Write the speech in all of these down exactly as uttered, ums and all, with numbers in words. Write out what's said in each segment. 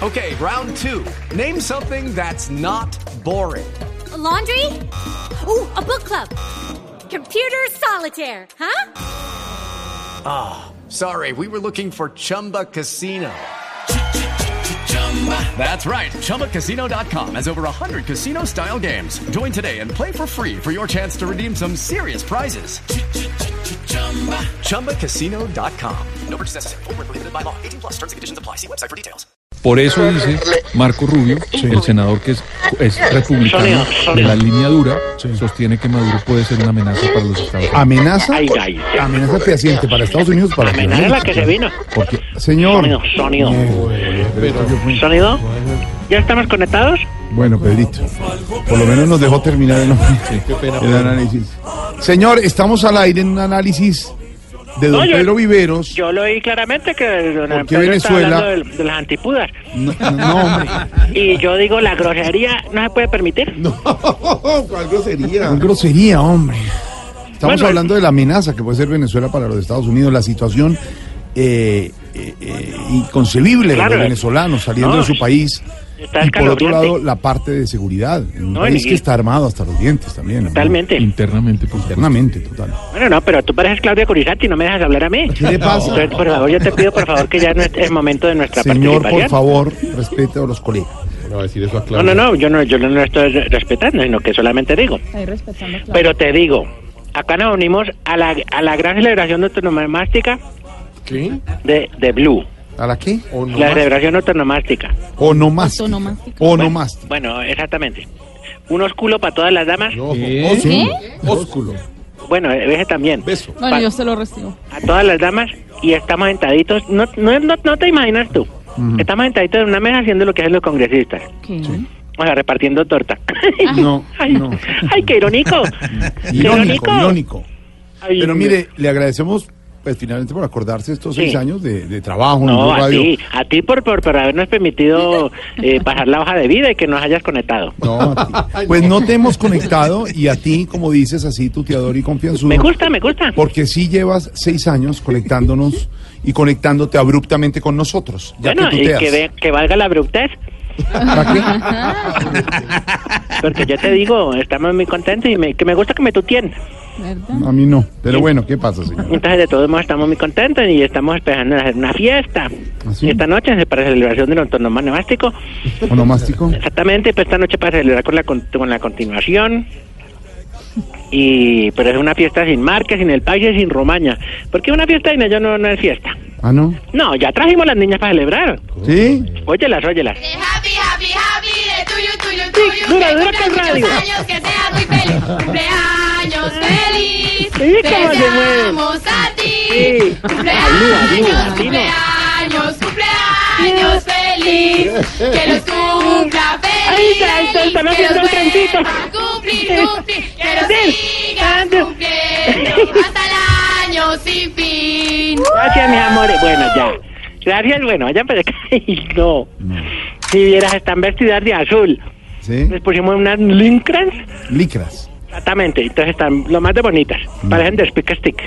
Okay, round two. Name something that's not boring. A laundry? Ooh, a book club. Computer solitaire, huh? Ah, oh, sorry, we were looking for Chumba Casino. That's right, Chumba Casino dot com has over one hundred casino-style games. Join today and play for free for your chance to redeem some serious prizes. Chumba Casino dot com. No purchase necessary. Void where prohibited by law. eighteen plus terms and conditions apply. See website for details. Por eso dice Marco Rubio, sí. el senador que es, es republicano sonido, sonido. de la línea dura, sí. sostiene que Maduro puede ser una amenaza para los Estados Unidos. ¿Amenaza? Ay, ay, sí. ¿Amenaza fehaciente para Estados Unidos? Para amenaza es la que se vino. Porque, señor... Sonido, sonido. Eh, pero, ¿Sonido? ¿Ya estamos conectados? Bueno, Pedrito, por lo menos nos dejó terminar el, sí, qué pena, el análisis. Señor, estamos al aire en un análisis de don no, yo, Pedro Viveros. Yo lo oí claramente que don ¿Por Pedro Venezuela? está hablando de, de las antipudas. No, no, hombre. Y yo digo, la grosería no se puede permitir. No, ¿cuál grosería? ¿Cuál grosería, hombre? Estamos bueno, hablando de la amenaza que puede ser Venezuela para los Estados Unidos, la situación eh, eh, eh, inconcebible claro, de los venezolanos saliendo no, de su país. Y por otro lado, la parte de seguridad. Un no, país que está armado hasta los dientes también. Totalmente. ¿no? Internamente. Pues, internamente, total. Bueno, no, pero tú pareces Claudia Curizati y no me dejas hablar a mí. ¿Qué le pasa? Entonces, por favor, yo te pido, por favor, que ya no es el momento de nuestra Señor, participación. por favor, respete a los colegas. No, decir eso a no, no, no, yo no, yo no lo estoy respetando, sino que solamente digo. Respetando, claro. Pero te digo, acá nos unimos a la, a la gran celebración de autonomástica ¿Qué? De, de Blue. ¿A la qué? La celebración autonomástica. Onomástica. Onomástica. Onomástica. Bueno, bueno, exactamente. Un ósculo para todas las damas. No, ¿Qué? ¿Qué? Ósculo. Bueno, ese también. Beso. Bueno, pa yo se lo recibo. A todas las damas y estamos sentaditos. No, no, no, no te imaginas tú. Uh-huh. Estamos sentaditos en una mesa haciendo lo que hacen los congresistas. ¿Qué? Sí. O sea, repartiendo torta. No, ay, no. Ay, qué irónico. Irónico, irónico. Ay, pero mire, le agradecemos pues finalmente por acordarse estos sí. seis años de, de trabajo en no, Radio. a ti, a ti por, por, por habernos permitido eh, pasar la hoja de vida y que nos hayas conectado. No, a ti. Pues no te hemos conectado y a ti, como dices, así tuteador y confianzudo. Me gusta, me gusta. Porque sí llevas seis años conectándonos y conectándote abruptamente con nosotros. Ya bueno, que y que, de, que valga la abruptez. ¿Para qué? Porque yo te digo, estamos muy contentos y me, que me gusta que me tutien. A mí no, pero bueno, ¿qué pasa, señor? Entonces, de todos modos, estamos muy contentos y estamos esperando hacer una fiesta. ¿Sí? Esta noche para la celebración del autonomástico. ¿Onomástico? Exactamente, pues esta noche para celebrar con la, con la continuación. Y pero es una fiesta sin marca, sin el país y sin Romaña. Porque una fiesta sin ellos no, no es fiesta. ¿Ah, no? No, ya trajimos las niñas para celebrar. ¿Sí? Óyelas, óyelas. Happy, happy, happy, de tuyo, tuyo, tuyo. Sí, dura, dura que es radio. Años, que seas muy feliz. Cumpleaños feliz. Sí, ¿cómo se mueve? Deseamos a ti. Sí. Cumpleaños, cumpleaños, cumpleaños feliz. Que los cumpla feliz. Ahí está, ahí está, están haciendo el trencito. Cumplir, cumplir. Que los sigan cumpliendo hasta el año sin fin. Gracias, mis amores. Bueno, ya. Gracias, bueno, vayan para acá. No. no. Si vieras, están vestidas de azul. ¿Sí? Les pusimos unas licras. Licras. Exactamente, entonces están lo más de bonitas. No. Parecen de Speak Stick.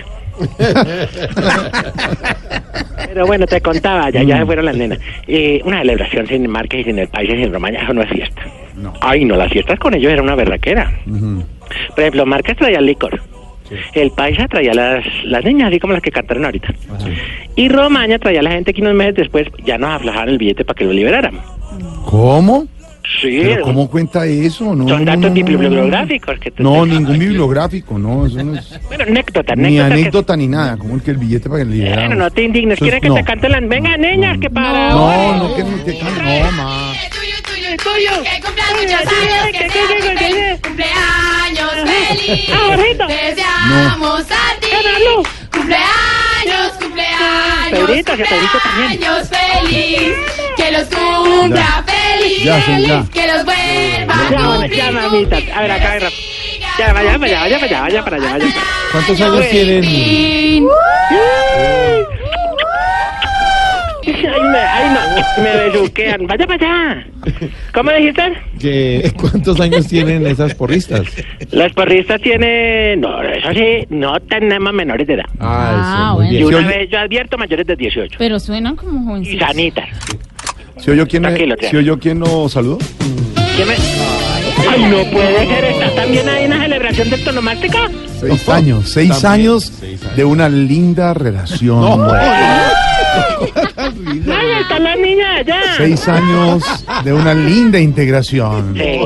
Pero bueno, te contaba, ya, ya se fueron las nenas. Eh, una celebración sin marcas y sin el país y sin Romaña, eso no es fiesta. No. Ay, no, las fiestas con ellos era una berraquera. Uh-huh. Por ejemplo, Marcas traía licor. Sí. El Paisa traía las, las niñas, así como las que cantaron ahorita. Uh-huh. Y Romaña traía a la gente que unos meses después ya nos aflojaron el billete para que lo liberaran. ¿Cómo? Sí. ¿Pero cómo cuenta eso? No, son datos no, no, bibliográficos. Que no, ningún aquí. bibliográfico, no, eso no es... Bueno, anécdota, anécdota. Ni anécdota que... ni nada, como el que el billete para que le liberaran. Bueno, no te indignes, eso quieren es, que no. te canten las... Venga, niñas, que para... No, no, que no te canten, no, ma. Tuyo, que cumplas muchos años, que seas feliz. Cumpleaños feliz. Deseamos a ti. Cumpleaños, cumpleaños, cumpleaños feliz. Que los cumpla feliz. Ya, ya. Que los vuelva a cumplir. Ya, mamita. A ver, acá, ver. Ya, vaya, vaya, vaya, vaya, vaya para allá, vaya. ¿Cuántos años tienen? Ay, me, ay, no, me besuquean. Vaya para allá. ¿Cómo dijiste? ¿Qué, ¿Cuántos años tienen esas porristas? Las porristas tienen... No, eso sí, no tenemos menores de edad. Ah, eso, Ah, muy bueno. bien. Y una vez yo advierto mayores de dieciocho. Pero suenan como Y jovencitos. sanitas. ¿Sí oyó quién, Tranquilo, ¿sí oyó quién lo saludó? ¿Quién me... Ay, no puede ser, ¿estás también ahí en la celebración del tonomástico? Seis años, seis También, años seis años. de una linda relación. No, Ay, está la niña allá. Seis años de una linda integración. Sí.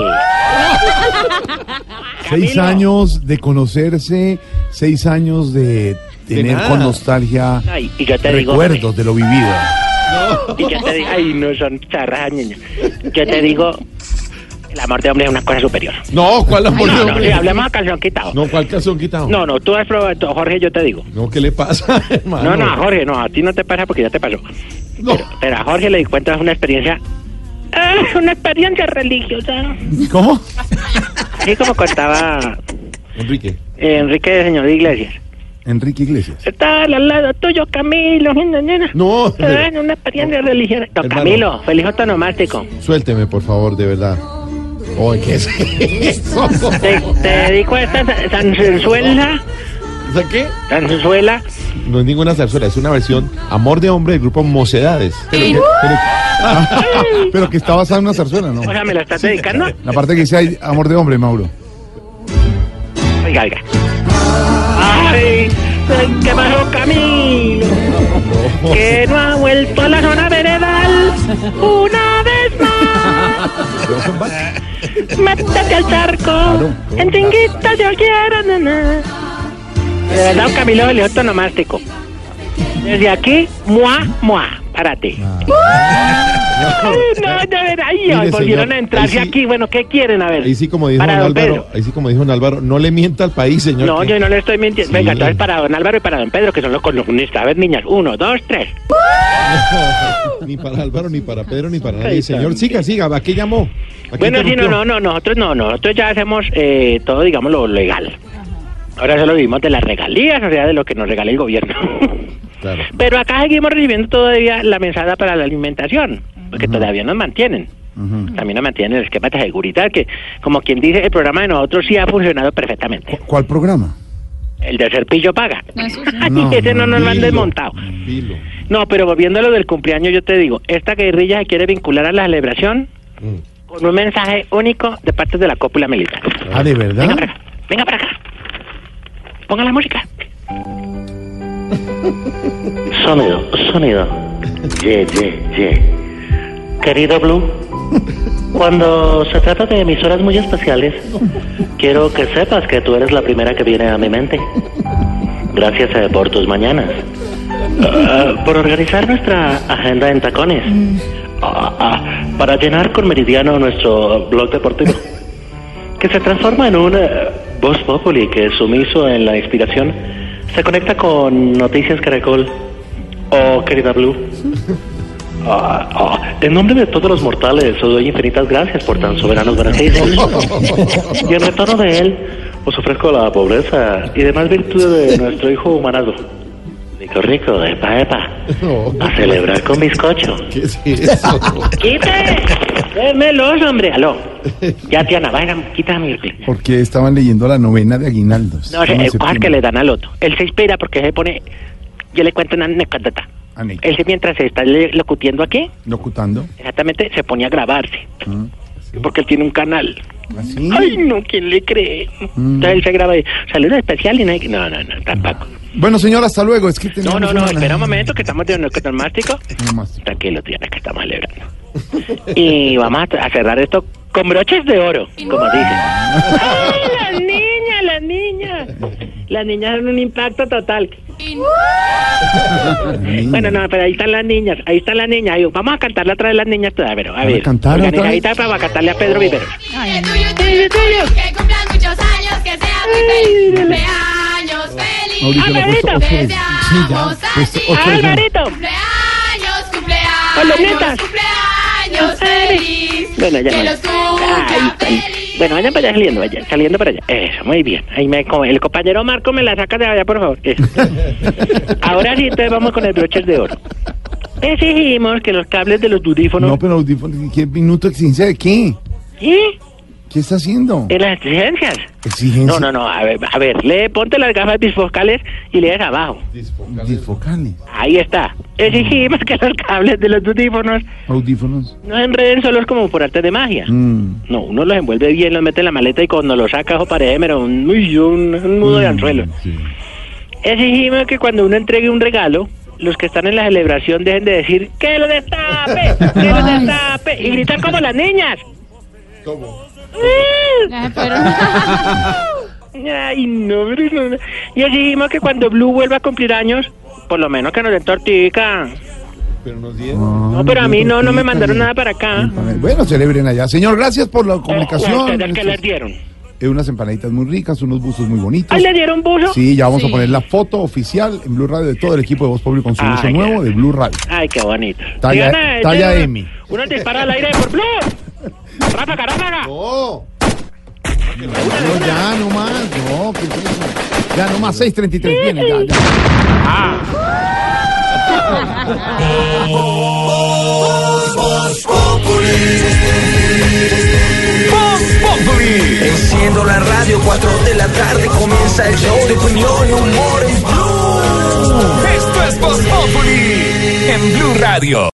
Seis Camilo. años de conocerse, seis años de tener nada. con nostalgia Ay, y yo te digo... recuerdos de lo vivido. Y yo te digo... Ay, no, son charras, niño. Yo te digo... El amor de hombre es una cosa superior. No, ¿cuál amor de No, no, hombre? si hablemos a calzón quitado. No, ¿cuál calzón quitado? No, no, tú has probado, Jorge, yo te digo. No, ¿qué le pasa, hermano? No, no, a Jorge, no, a ti no te pasa porque ya te pasó. No. Pero, pero a Jorge le di cuenta, es una experiencia... Ah, una experiencia religiosa. ¿Cómo? Así como contaba Enrique. eh, Enrique, señor de Iglesias. Enrique Iglesias. Está al lado tuyo, Camilo. nena, nena. No, Ah, una experiencia religiosa. Don Hermano. Camilo, feliz onomástico. suélteme, por favor, de verdad. Oye, ¿qué es eso? Te, te dedico a esta zanzuela. O sea, ¿qué? Zanzuela. No es ninguna zarzuela, es una versión Amor de Hombre del grupo Mocedades. Pero, pero- Pero que está basada en una zarzuela, ¿no? O sea, ¿me la estás dedicando? La parte que dice ay, amor de hombre, Mauro. Oiga, oiga. ¡Ay! ¿Qué pasó, Camilo? Que no ha vuelto a la zona veredal una vez más. Métete al charco. En chinguitas yo quiero, nana. De verdad, un Camilo de León tonomástico. Desde aquí, muá, muá. Párate. Ay, no, de verdad. Ay, Mire, volvieron señor, a entrarse ahí sí- aquí. Bueno, ¿qué quieren? A ver. ahí sí como dijo Para don don Álvaro, Pedro. ahí sí como dijo don Álvaro, no le mienta al país, señor. No, que- yo no le estoy mintiendo. Sí. Venga, entonces para don Álvaro y para don Pedro, que son los columnistas. A ver, niñas, uno, dos, tres. Ni para Álvaro, ni para Pedro, ni para Ay, nadie. Señor, tan- siga, siga, ¿a qué llamó? ¿A qué Bueno, sí, no, interrumpió? no, no, nosotros no, nosotros ya hacemos eh, todo, digamos, lo legal. Ahora solo vivimos de las regalías, o sea, de lo que nos regala el gobierno. Claro. Pero acá seguimos recibiendo todavía la mesada para la alimentación, porque todavía nos mantienen. También nos mantienen el esquema de seguridad, que, como quien dice, el programa de nosotros sí ha funcionado perfectamente. ¿Cuál programa? El de Serpillo paga. Ay, No, ese no nos lo han Dilo, desmontado. dilo. No, pero volviendo a lo del cumpleaños, yo te digo, esta guerrilla se quiere vincular a la celebración Mm. con un mensaje único de parte de la cúpula militar. Ah, ¿de Venga verdad? para acá, venga para acá. Ponga la música. Sonido, sonido. Ye, ye, ye. Querido Blue, cuando se trata de emisoras muy especiales, quiero que sepas que tú eres la primera que viene a mi mente. Gracias eh, por tus mañanas. Ah, por organizar nuestra agenda en tacones. Ah, ah, para llenar con meridiano nuestro blog deportivo. Que se transforma en un eh, Voz Populi que, sumiso en la inspiración, se conecta con Noticias Caracol. Oh, querida Blue. Ah, ah, en nombre de todos los mortales, os doy infinitas gracias por tan soberanos beneficios. Y en retorno de él, os ofrezco la pobreza y demás virtudes de nuestro hijo humanado. Rico, rico, epa, epa. A celebrar con bizcocho. ¿Qué es eso? ¡Quite! ¡Démelos, hombre! ¡Aló! Ya, Tiana, vayan, quítame el clip. Porque estaban leyendo la novena de Aguinaldos. No, sé, cosas que le dan al otro. Él se inspira porque se pone... Yo le cuento una anécdota. Anécdota. Él, se- mientras se está le- locutiendo aquí, Locutando. exactamente, se pone a grabarse. Ah, Porque él tiene un canal. ¿así? Ay, no, ¿quién le cree? Mm. Entonces él se graba de saludo especial y no hay que... No, no, no, tampoco. Bueno, señor, hasta luego. Es que No, tenemos no, no, una- espera un momento que estamos de onomástico. Onomástico. Tranquilo, Tiana, que estamos celebrando. Y vamos a, a cerrar esto con broches de oro, como dicen. ¡Ay, las niñas, las niñas! Las niñas son un impacto total. Bueno, no, pero ahí están las niñas, ahí están las niñas. Ahí, vamos a cantarle otra vez las niñas todas, pero a a ver. cantar otra vez? organizadita para cantarle a Pedro Viveros. Que tuyo, tuyo, tuyo, que cumplan muchos años, que sean muy feliz. Cumpleaños feliz. Mauricio, le ha puesto ocho veces. Sí, ya, Deseamos puesto así. ocho veces. Alvarito. Cumpleaños, Palomitas. cumpleaños, cumpleaños feliz. Bueno, ya Que no. los cumplan Ay, ay. feliz. Bueno, vayan para allá saliendo, vayan, saliendo para allá. Eso, muy bien. Ahí me, como el compañero Marco me la saca de allá, por favor. Eso. Ahora sí, entonces vamos con el broches de oro. Exigimos que los cables de los audífonos... No, pero audífonos, ¿qué minuto de exigencia de qué? ¿Sí? ¿Qué está haciendo? En las exigencias. ¿Exigencia? No, no, no, a ver, a ver, lee, ponte las gafas bifocales y lees abajo. Disfocales. Ahí está. Exigimos que los cables de los audífonos Audífonos. no se enreden solos como por arte de magia. Mm. No, uno los envuelve bien, los mete en la maleta y cuando los saca, ojo, parece, pero un, uy, un, un nudo de anzuelo. Sí. Exigimos que cuando uno entregue un regalo, los que están en la celebración dejen de decir ¡que lo destape! ¡que lo destape! Y gritar como las niñas. ¿Cómo? Ay, pero... Ay, no, pero no. Y exigimos que cuando Blue vuelva a cumplir años, por lo menos que nos den tortica. Pero nos dieron. No, pero a mí no, no me mandaron nada para acá. Bueno, celebren allá. Señor, gracias por la comunicación. ¿Ustedes qué les dieron? Eh, unas empanaditas muy ricas, unos buzos muy bonitos. ¿Ay, le dieron buzo? Sí, ya vamos Sí. a poner la foto oficial en Blue Radio de todo el equipo de Voz Populi con su Ay, buzo qué- nuevo de Blue Radio. Ay, qué bonito. Talla- Diana, talla Diana, M. Uno dispara al aire por Blue. Ráfaga, ráfaga. No. No, ya, no más. No, ¿qué es eso? Ya, no más. seis treinta y tres. Viene, ya, ya. Enciendo la radio, cuatro de la tarde comienza el show de opinión y humor en Blue. Esto es Voz Populi en Blue Radio.